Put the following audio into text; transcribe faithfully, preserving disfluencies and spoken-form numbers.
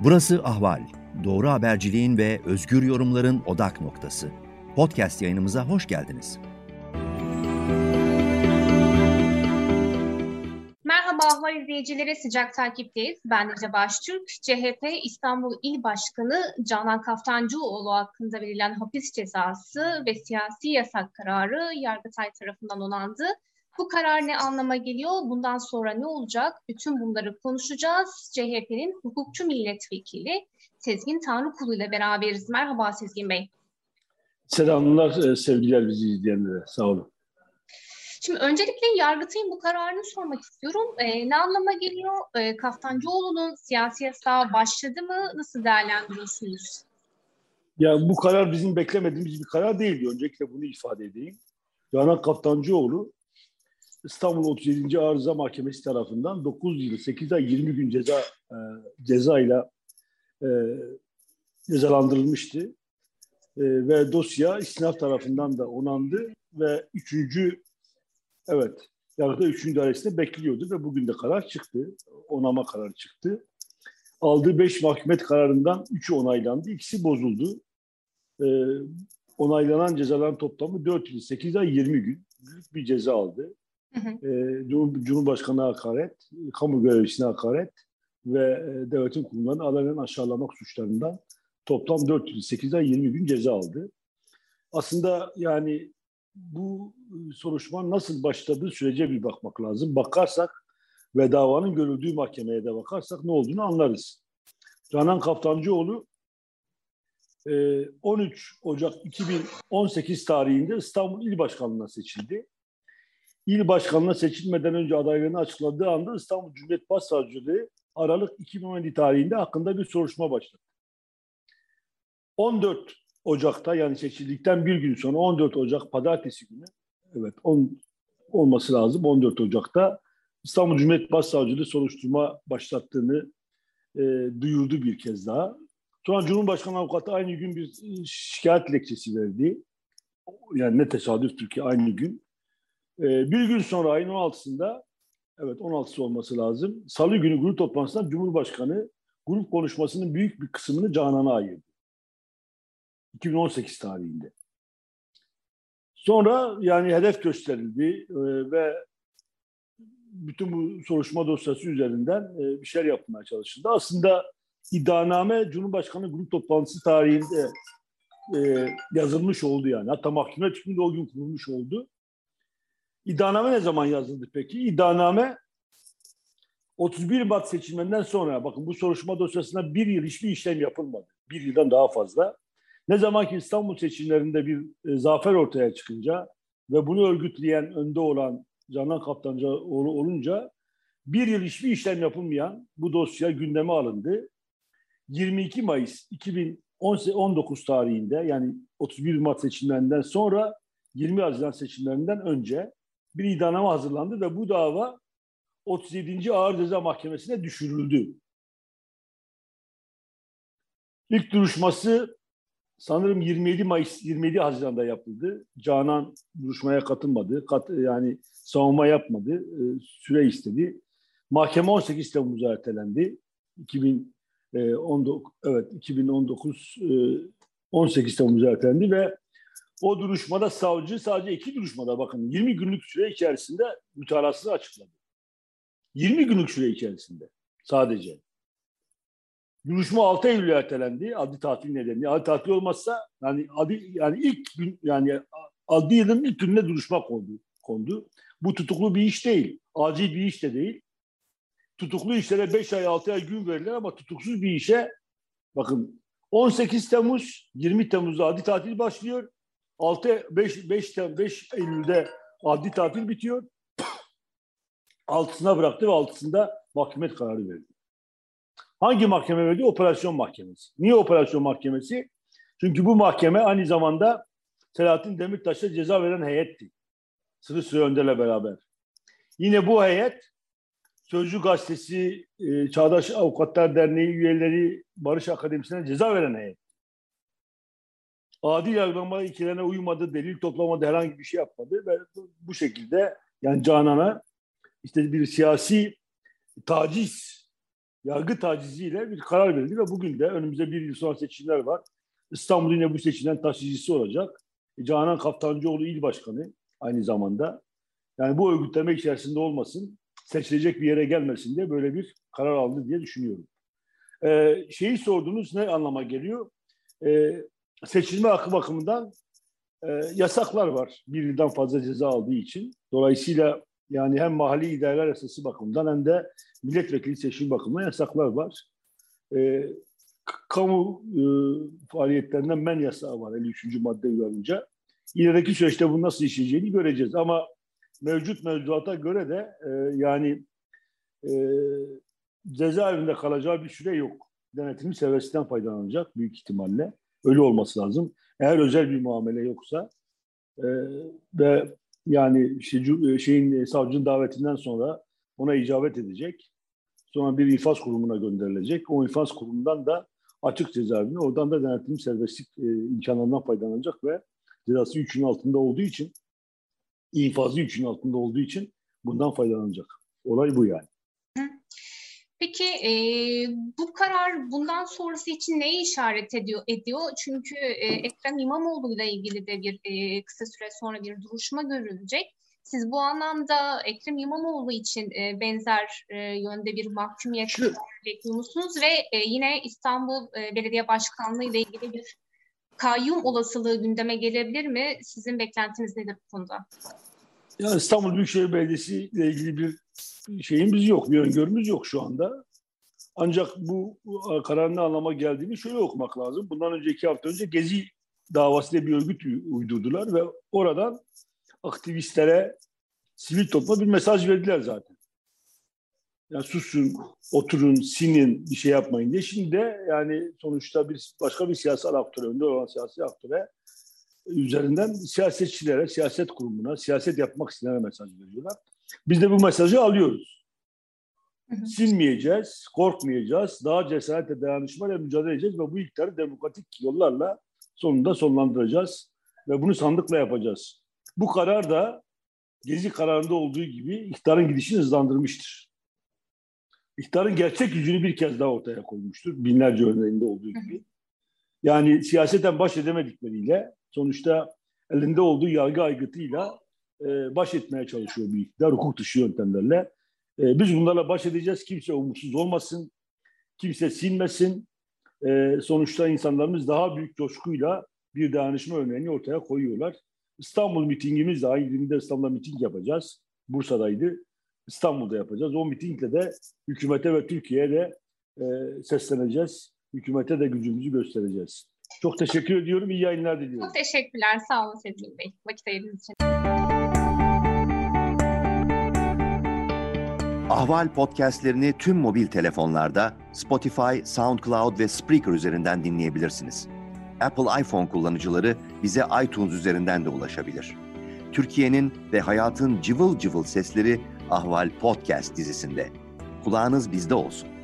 Burası Ahval. Doğru haberciliğin ve özgür yorumların odak noktası. Podcast yayınımıza hoş geldiniz. Merhaba Ahval izleyicileri, sıcak takipteyiz. Ben Ece Baştürk. C H P İstanbul İl Başkanı Canan Kaftancıoğlu hakkında verilen hapis cezası ve siyasi yasak kararı Yargıtay tarafından onandı. Bu karar ne anlama geliyor? Bundan sonra ne olacak? Bütün bunları konuşacağız. C H P'nin hukukçu milletvekili Sezgin Tanrıkulu ile beraberiz. Merhaba Sezgin Bey. Selamlar, sevgiler bizi izleyenlere. Sağ olun. Şimdi öncelikle Yargıtay'ın bu kararını sormak istiyorum. E, ne anlama geliyor? E, Kaftancıoğlu'nun siyasi yasağı başladı mı? Nasıl değerlendiriyorsunuz? Ya bu karar bizim beklemediğimiz bir karar değildi. Öncelikle bunu ifade edeyim. Canan Kaftancıoğlu İstanbul otuz yedinci Arıza Mahkemesi tarafından dokuz yıl sekiz ay yirmi gün ceza e, cezayla e, cezalandırılmıştı. E, ve dosya istinaf tarafından da onandı ve üçüncü evet Yargıtay üçüncü dairesinde bekliyordu ve bugün de karar çıktı. Onama kararı çıktı. Aldığı beş mahkumet kararından üçü onaylandı. İkisi bozuldu. E, onaylanan cezaların toplamı dört yıl sekiz ay yirmi gün. Büyük bir ceza aldı. Hı hı. E, Cumhurbaşkanı'na hakaret, kamu görevlisine hakaret ve e, devletin kurumlarını alenen aşağılamak suçlarından toplam dört yıl sekiz ay yirmi gün ceza aldı. Aslında yani bu soruşturma nasıl başladığı sürece bir bakmak lazım. Bakarsak ve davanın görüldüğü mahkemeye de bakarsak ne olduğunu anlarız. Canan Kaftancıoğlu on üç Ocak iki bin on sekiz tarihinde İstanbul İl Başkanlığı'na seçildi. İl Başkanlığı'na seçilmeden önce adaylığını açıkladığı anda İstanbul Cumhuriyet Başsavcılığı Aralık iki bin on yedi tarihinde hakkında bir soruşturma başlattı. on dört Ocak'ta yani seçildikten bir gün sonra on dört Ocak Pazartesi günü, evet on olması lazım on dört Ocak'ta İstanbul Cumhuriyet Başsavcılığı soruşturma başlattığını e, duyurdu bir kez daha. Sonra Cumhurbaşkanı Avukatı aynı gün bir şikayet dilekçesi verdi. Yani ne tesadüftür ki aynı gün. E, bir gün sonra ayın on altısında, evet on altısı olması lazım, Salı günü grup toplantısında Cumhurbaşkanı grup konuşmasının büyük bir kısmını Canan'a ayırdı. iki bin on sekiz tarihinde. Sonra yani hedef gösterildi e, ve bütün bu soruşturma dosyası üzerinden e, bir şeyler yapmaya çalışıldı. Aslında iddianame Cumhurbaşkanı grup toplantısı tarihinde e, yazılmış oldu yani. Hatta mahkeme hükmünde o gün kurulmuş oldu. İddianame ne zaman yazıldı peki? İddianame otuz bir Mart seçimlerinden sonra, bakın bu soruşturma dosyasında bir yıl hiçbir işlem yapılmadı. Bir yıldan daha fazla. Ne zaman ki İstanbul seçimlerinde bir e, zafer ortaya çıkınca ve bunu örgütleyen, önde olan Canan Kaftancıoğlu olunca bir yıl hiçbir işlem yapılmayan bu dosya gündeme alındı. yirmi iki Mayıs iki bin on dokuz tarihinde yani otuz bir Mart seçimlerinden sonra yirmi Haziran seçimlerinden önce bir iddianame hazırlandı ve bu dava otuz yedinci Ağır Ceza Mahkemesi'ne düşürüldü. İlk duruşması sanırım yirmi yedi Mayıs, yirmi yedi Haziran'da yapıldı. Canan duruşmaya katılmadı. Kat, yani savunma yapmadı. E, süre istedi. Mahkeme on sekiz Temmuz'a ertelendi. iki bin on dokuz evet iki bin on dokuz e, on sekiz Temmuz'a ertelendi ve o duruşmada savcı sadece iki duruşmada bakın yirmi günlük süre içerisinde mütalasını açıkladı. yirmi günlük süre içerisinde sadece. Duruşma altı Eylül'e ertelendi adli tatil nedeniyle. Adli tatil olmazsa yani adli, yani ilk gün yani adli yılın ilk gününe duruşma kondu, kondu. Bu tutuklu bir iş değil. Acil bir iş de değil. Tutuklu işlere beş ay altı ay gün verilir ama tutuksuz bir işe bakın on sekiz Temmuz yirmi Temmuz'da adli tatil başlıyor. altı beş beş beş Eylül'de adli tatil bitiyor. altısına bıraktı ve altısında mahkeme kararı verdi. Hangi mahkeme verdi? Operasyon Mahkemesi. Niye Operasyon Mahkemesi? Çünkü bu mahkeme aynı zamanda Selahattin Demirtaş'a ceza veren heyetti. Sırrı Süreyya Önder'le beraber. Yine bu heyet Sözcü Gazetesi, e, Çağdaş Avukatlar Derneği üyeleri, Barış Akademisi'ne ceza veren heyet. Adil yargılama ilkelerine uymadı, delil toplamadı, herhangi bir şey yapmadı ve bu şekilde yani Canan'a işte bir siyasi taciz yargı taciziyle bir karar verildi ve bugün de önümüzde bir yıl sonra seçimler var. İstanbul yine bu seçimden taşıyıcısı olacak. Canan Kaftancıoğlu il başkanı aynı zamanda. Yani bu örgütleme içerisinde olmasın, seçilecek bir yere gelmesin diye böyle bir karar aldı diye düşünüyorum. Ee, şeyi sordunuz, ne anlama geliyor? Ee, seçilme hakkı bakımından e, yasaklar var. Bir yıldan fazla ceza aldığı için. Dolayısıyla yani hem mahalli idareler yasası bakımından hem de milletvekili seçim bakımından yasaklar var. Ee, kamu e, faaliyetlerinden men yasağı var elli üçüncü madde uyarınca. İlerideki süreçte bunu nasıl işleyeceğini göreceğiz. Ama mevcut mevzuata göre de e, yani e, cezaevinde kalacağı bir süre yok. Denetimli serbestlikten faydalanacak büyük ihtimalle. Öyle olması lazım. Eğer özel bir muamele yoksa e, ve yani şey, şeyin savcının davetinden sonra ona icabet edecek. Sonra bir infaz kurumuna gönderilecek. O infaz kurumundan da açık cezaevine, oradan da denetimli serbestlik e, imkanlarından faydalanacak ve cezası üçün altında olduğu için, infazı üçün altında olduğu için bundan faydalanacak. Olay bu yani. Peki e, bu karar bundan sonrası için neyi işaret ediyor? ediyor? Çünkü e, Ekrem İmamoğlu ile ilgili de bir e, kısa süre sonra bir duruşma görülecek. Siz bu anlamda Ekrem İmamoğlu için e, benzer e, yönde bir mahkumiyet bekliyor musunuz? Ve e, yine İstanbul e, Belediye Başkanlığı ile ilgili bir kayyum olasılığı gündeme gelebilir mi? Sizin beklentiniz nedir bu konuda? Yani İstanbul Büyükşehir Belediyesi ile ilgili bir şeyimiz yok, bir öngörümüz yok şu anda. Ancak bu kararın ne anlama geldiğini şöyle okumak lazım. Bundan önce iki hafta önce Gezi davası diye bir örgüt uydurdular ve oradan aktivistlere, sivil topluma bir mesaj verdiler zaten. Yani susun, oturun, sinin, bir şey yapmayın diye. Şimdi de yani sonuçta bir başka bir siyasal aktöre, önde olan siyasi aktöre üzerinden siyasetçilere, siyaset kurumuna, siyaset yapmak isteyenlere mesaj veriyorlar. Biz de bu mesajı alıyoruz. Hı hı. Sinmeyeceğiz, korkmayacağız, daha cesaretle, dayanışmayla mücadele edeceğiz ve bu iktidarı demokratik yollarla sonunda sonlandıracağız ve bunu sandıkla yapacağız. Bu karar da Gezi kararında olduğu gibi iktidarın gidişini hızlandırmıştır. İktidarın gerçek gücünü bir kez daha ortaya koymuştur. Binlerce örneğinde olduğu gibi. Yani siyaseten baş edemedikleriyle, sonuçta elinde olduğu yargı aygıtıyla e, baş etmeye çalışıyor bir iktidar, hukuk dışı yöntemlerle. E, biz bunlarla baş edeceğiz. Kimse umutsuz olmasın, kimse sinmesin. E, sonuçta insanlarımız daha büyük coşkuyla bir dayanışma örneğini ortaya koyuyorlar. İstanbul mitingimiz de aynı günde İstanbul'da miting yapacağız. Bursa'daydı. İstanbul'da yapacağız. O mitingle de hükümete ve Türkiye'ye de e, sesleneceğiz. Hükümete de gücümüzü göstereceğiz. Çok teşekkür ediyorum. İyi yayınlar diliyorum. Çok teşekkürler. Sağ olun Sezgin Bey. Vakit ayırdığınız için. Ahval podcastlerini tüm mobil telefonlarda Spotify, SoundCloud ve Spreaker üzerinden dinleyebilirsiniz. Apple iPhone kullanıcıları bize iTunes üzerinden de ulaşabilir. Türkiye'nin ve hayatın cıvıl cıvıl sesleri Ahval Podcast dizisinde. Kulağınız bizde olsun.